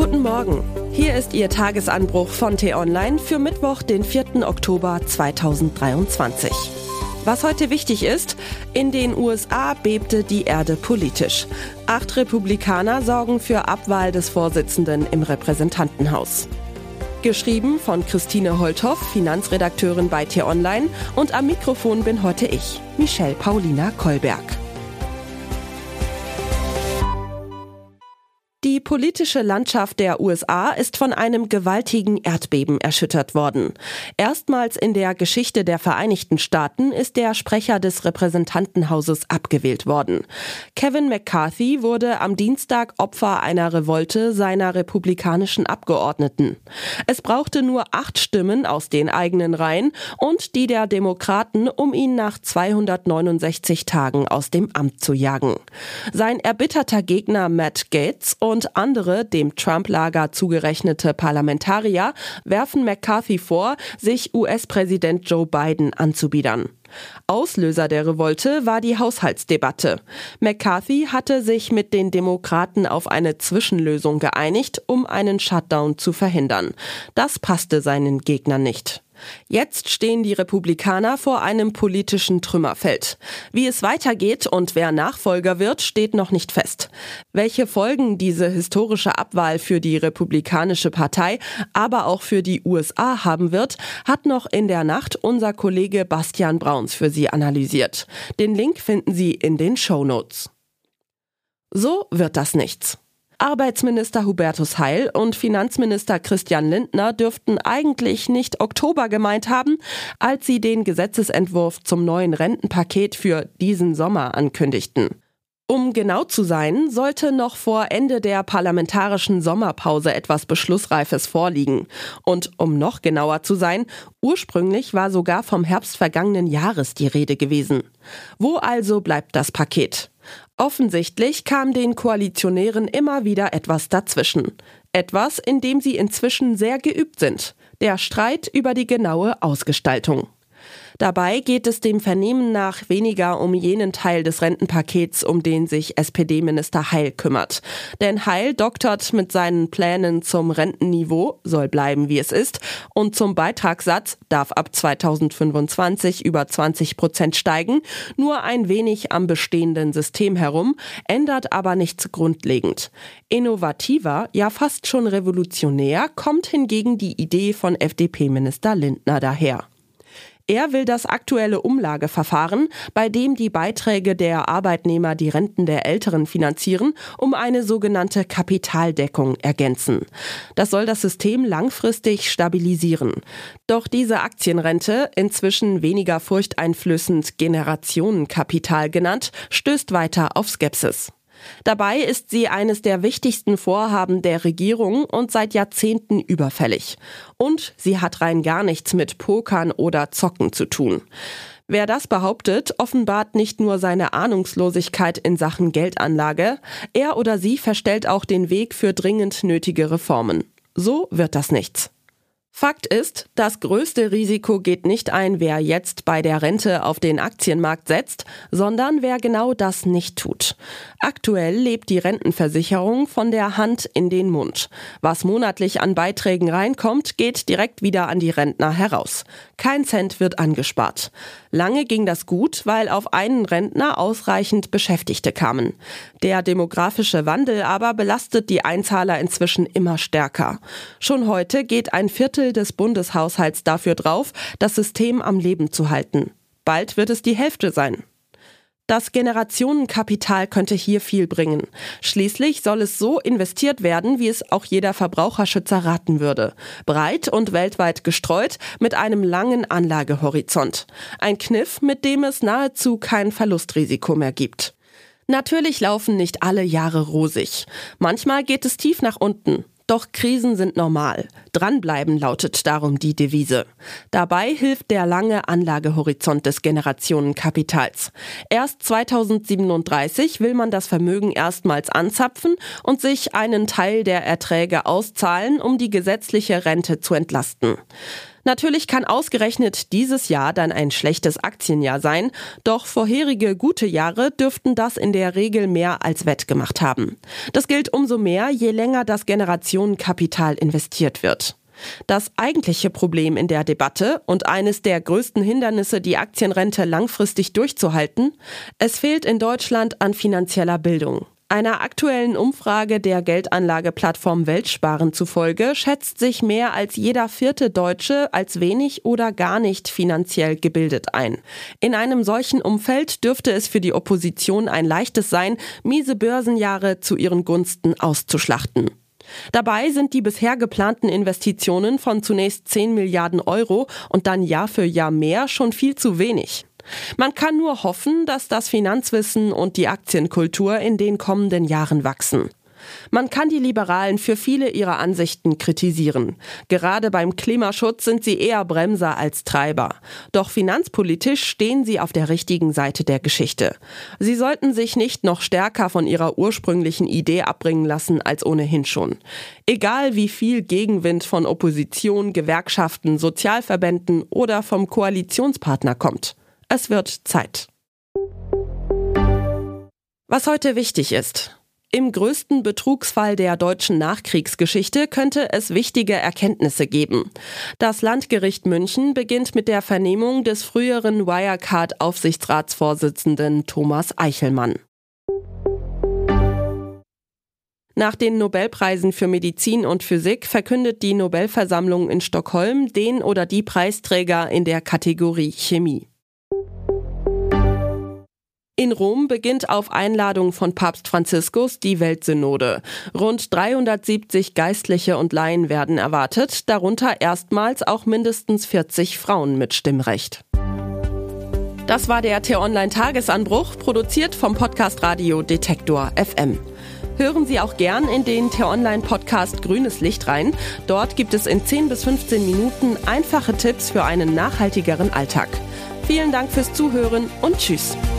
Guten Morgen. Hier ist Ihr Tagesanbruch von T-Online für Mittwoch, den 4. Oktober 2023. Was heute wichtig ist: In den USA bebte die Erde politisch. 8 Republikaner sorgen für Abwahl des Vorsitzenden im Repräsentantenhaus. Geschrieben von Christine Holthoff, Finanzredakteurin bei T-Online, und am Mikrofon bin heute ich, Michelle Paulina Kolberg. Die politische Landschaft der USA ist von einem gewaltigen Erdbeben erschüttert worden. Erstmals in der Geschichte der Vereinigten Staaten ist der Sprecher des Repräsentantenhauses abgewählt worden. Kevin McCarthy wurde am Dienstag Opfer einer Revolte seiner republikanischen Abgeordneten. Es brauchte nur 8 Stimmen aus den eigenen Reihen und die der Demokraten, um ihn nach 269 Tagen aus dem Amt zu jagen. Sein erbitterter Gegner Matt Gaetz und andere, dem Trump-Lager zugerechnete Parlamentarier, werfen McCarthy vor, sich US-Präsident Joe Biden anzubiedern. Auslöser der Revolte war die Haushaltsdebatte. McCarthy hatte sich mit den Demokraten auf eine Zwischenlösung geeinigt, um einen Shutdown zu verhindern. Das passte seinen Gegnern nicht. Jetzt stehen die Republikaner vor einem politischen Trümmerfeld. Wie es weitergeht und wer Nachfolger wird, steht noch nicht fest. Welche Folgen diese historische Abwahl für die Republikanische Partei, aber auch für die USA haben wird, hat noch in der Nacht unser Kollege Bastian Brauns für Sie analysiert. Den Link finden Sie in den Shownotes. So wird das nichts. Arbeitsminister Hubertus Heil und Finanzminister Christian Lindner dürften eigentlich nicht Oktober gemeint haben, als sie den Gesetzesentwurf zum neuen Rentenpaket für diesen Sommer ankündigten. Um genau zu sein, sollte noch vor Ende der parlamentarischen Sommerpause etwas Beschlussreifes vorliegen. Und um noch genauer zu sein, ursprünglich war sogar vom Herbst vergangenen Jahres die Rede gewesen. Wo also bleibt das Paket? Offensichtlich kam den Koalitionären immer wieder etwas dazwischen. Etwas, in dem sie inzwischen sehr geübt sind: der Streit über die genaue Ausgestaltung. Dabei geht es dem Vernehmen nach weniger um jenen Teil des Rentenpakets, um den sich SPD-Minister Heil kümmert. Denn Heil doktert mit seinen Plänen zum Rentenniveau, soll bleiben wie es ist, und zum Beitragssatz, darf ab 2025 über 20% steigen, nur ein wenig am bestehenden System herum, ändert aber nichts grundlegend. Innovativer, ja fast schon revolutionär, kommt hingegen die Idee von FDP-Minister Lindner daher. Er will das aktuelle Umlageverfahren, bei dem die Beiträge der Arbeitnehmer die Renten der Älteren finanzieren, um eine sogenannte Kapitaldeckung ergänzen. Das soll das System langfristig stabilisieren. Doch diese Aktienrente, inzwischen weniger furchteinflößend Generationenkapital genannt, stößt weiter auf Skepsis. Dabei ist sie eines der wichtigsten Vorhaben der Regierung und seit Jahrzehnten überfällig. Und sie hat rein gar nichts mit Pokern oder Zocken zu tun. Wer das behauptet, offenbart nicht nur seine Ahnungslosigkeit in Sachen Geldanlage, er oder sie verstellt auch den Weg für dringend nötige Reformen. So wird das nichts. Fakt ist, das größte Risiko geht nicht ein, wer jetzt bei der Rente auf den Aktienmarkt setzt, sondern wer genau das nicht tut. Aktuell lebt die Rentenversicherung von der Hand in den Mund. Was monatlich an Beiträgen reinkommt, geht direkt wieder an die Rentner heraus. Kein Cent wird angespart. Lange ging das gut, weil auf einen Rentner ausreichend Beschäftigte kamen. Der demografische Wandel aber belastet die Einzahler inzwischen immer stärker. Schon heute geht ein Viertel des Bundeshaushalts dafür drauf, das System am Leben zu halten. Bald wird es die Hälfte sein. Das Generationenkapital könnte hier viel bringen. Schließlich soll es so investiert werden, wie es auch jeder Verbraucherschützer raten würde. Breit und weltweit gestreut, mit einem langen Anlagehorizont. Ein Kniff, mit dem es nahezu kein Verlustrisiko mehr gibt. Natürlich laufen nicht alle Jahre rosig. Manchmal geht es tief nach unten. Doch Krisen sind normal. Dranbleiben lautet darum die Devise. Dabei hilft der lange Anlagehorizont des Generationenkapitals. Erst 2037 will man das Vermögen erstmals anzapfen und sich einen Teil der Erträge auszahlen, um die gesetzliche Rente zu entlasten. Natürlich kann ausgerechnet dieses Jahr dann ein schlechtes Aktienjahr sein, doch vorherige gute Jahre dürften das in der Regel mehr als wettgemacht haben. Das gilt umso mehr, je länger das Generationenkapital investiert wird. Das eigentliche Problem in der Debatte und eines der größten Hindernisse, die Aktienrente langfristig durchzuhalten: es fehlt in Deutschland an finanzieller Bildung. Einer aktuellen Umfrage der Geldanlageplattform Weltsparen zufolge schätzt sich mehr als jeder 4. Deutsche als wenig oder gar nicht finanziell gebildet ein. In einem solchen Umfeld dürfte es für die Opposition ein leichtes sein, miese Börsenjahre zu ihren Gunsten auszuschlachten. Dabei sind die bisher geplanten Investitionen von zunächst 10 Milliarden Euro und dann Jahr für Jahr mehr schon viel zu wenig. Man kann nur hoffen, dass das Finanzwissen und die Aktienkultur in den kommenden Jahren wachsen. Man kann die Liberalen für viele ihrer Ansichten kritisieren. Gerade beim Klimaschutz sind sie eher Bremser als Treiber. Doch finanzpolitisch stehen sie auf der richtigen Seite der Geschichte. Sie sollten sich nicht noch stärker von ihrer ursprünglichen Idee abbringen lassen als ohnehin schon. Egal wie viel Gegenwind von Opposition, Gewerkschaften, Sozialverbänden oder vom Koalitionspartner kommt. Es wird Zeit. Was heute wichtig ist: Im größten Betrugsfall der deutschen Nachkriegsgeschichte könnte es wichtige Erkenntnisse geben. Das Landgericht München beginnt mit der Vernehmung des früheren Wirecard-Aufsichtsratsvorsitzenden Thomas Eichelmann. Nach den Nobelpreisen für Medizin und Physik verkündet die Nobelversammlung in Stockholm den oder die Preisträger in der Kategorie Chemie. In Rom beginnt auf Einladung von Papst Franziskus die Weltsynode. Rund 370 Geistliche und Laien werden erwartet, darunter erstmals auch mindestens 40 Frauen mit Stimmrecht. Das war der T-Online-Tagesanbruch, produziert vom Podcast Radio Detektor FM. Hören Sie auch gern in den T-Online-Podcast Grünes Licht rein. Dort gibt es in 10 bis 15 Minuten einfache Tipps für einen nachhaltigeren Alltag. Vielen Dank fürs Zuhören und tschüss.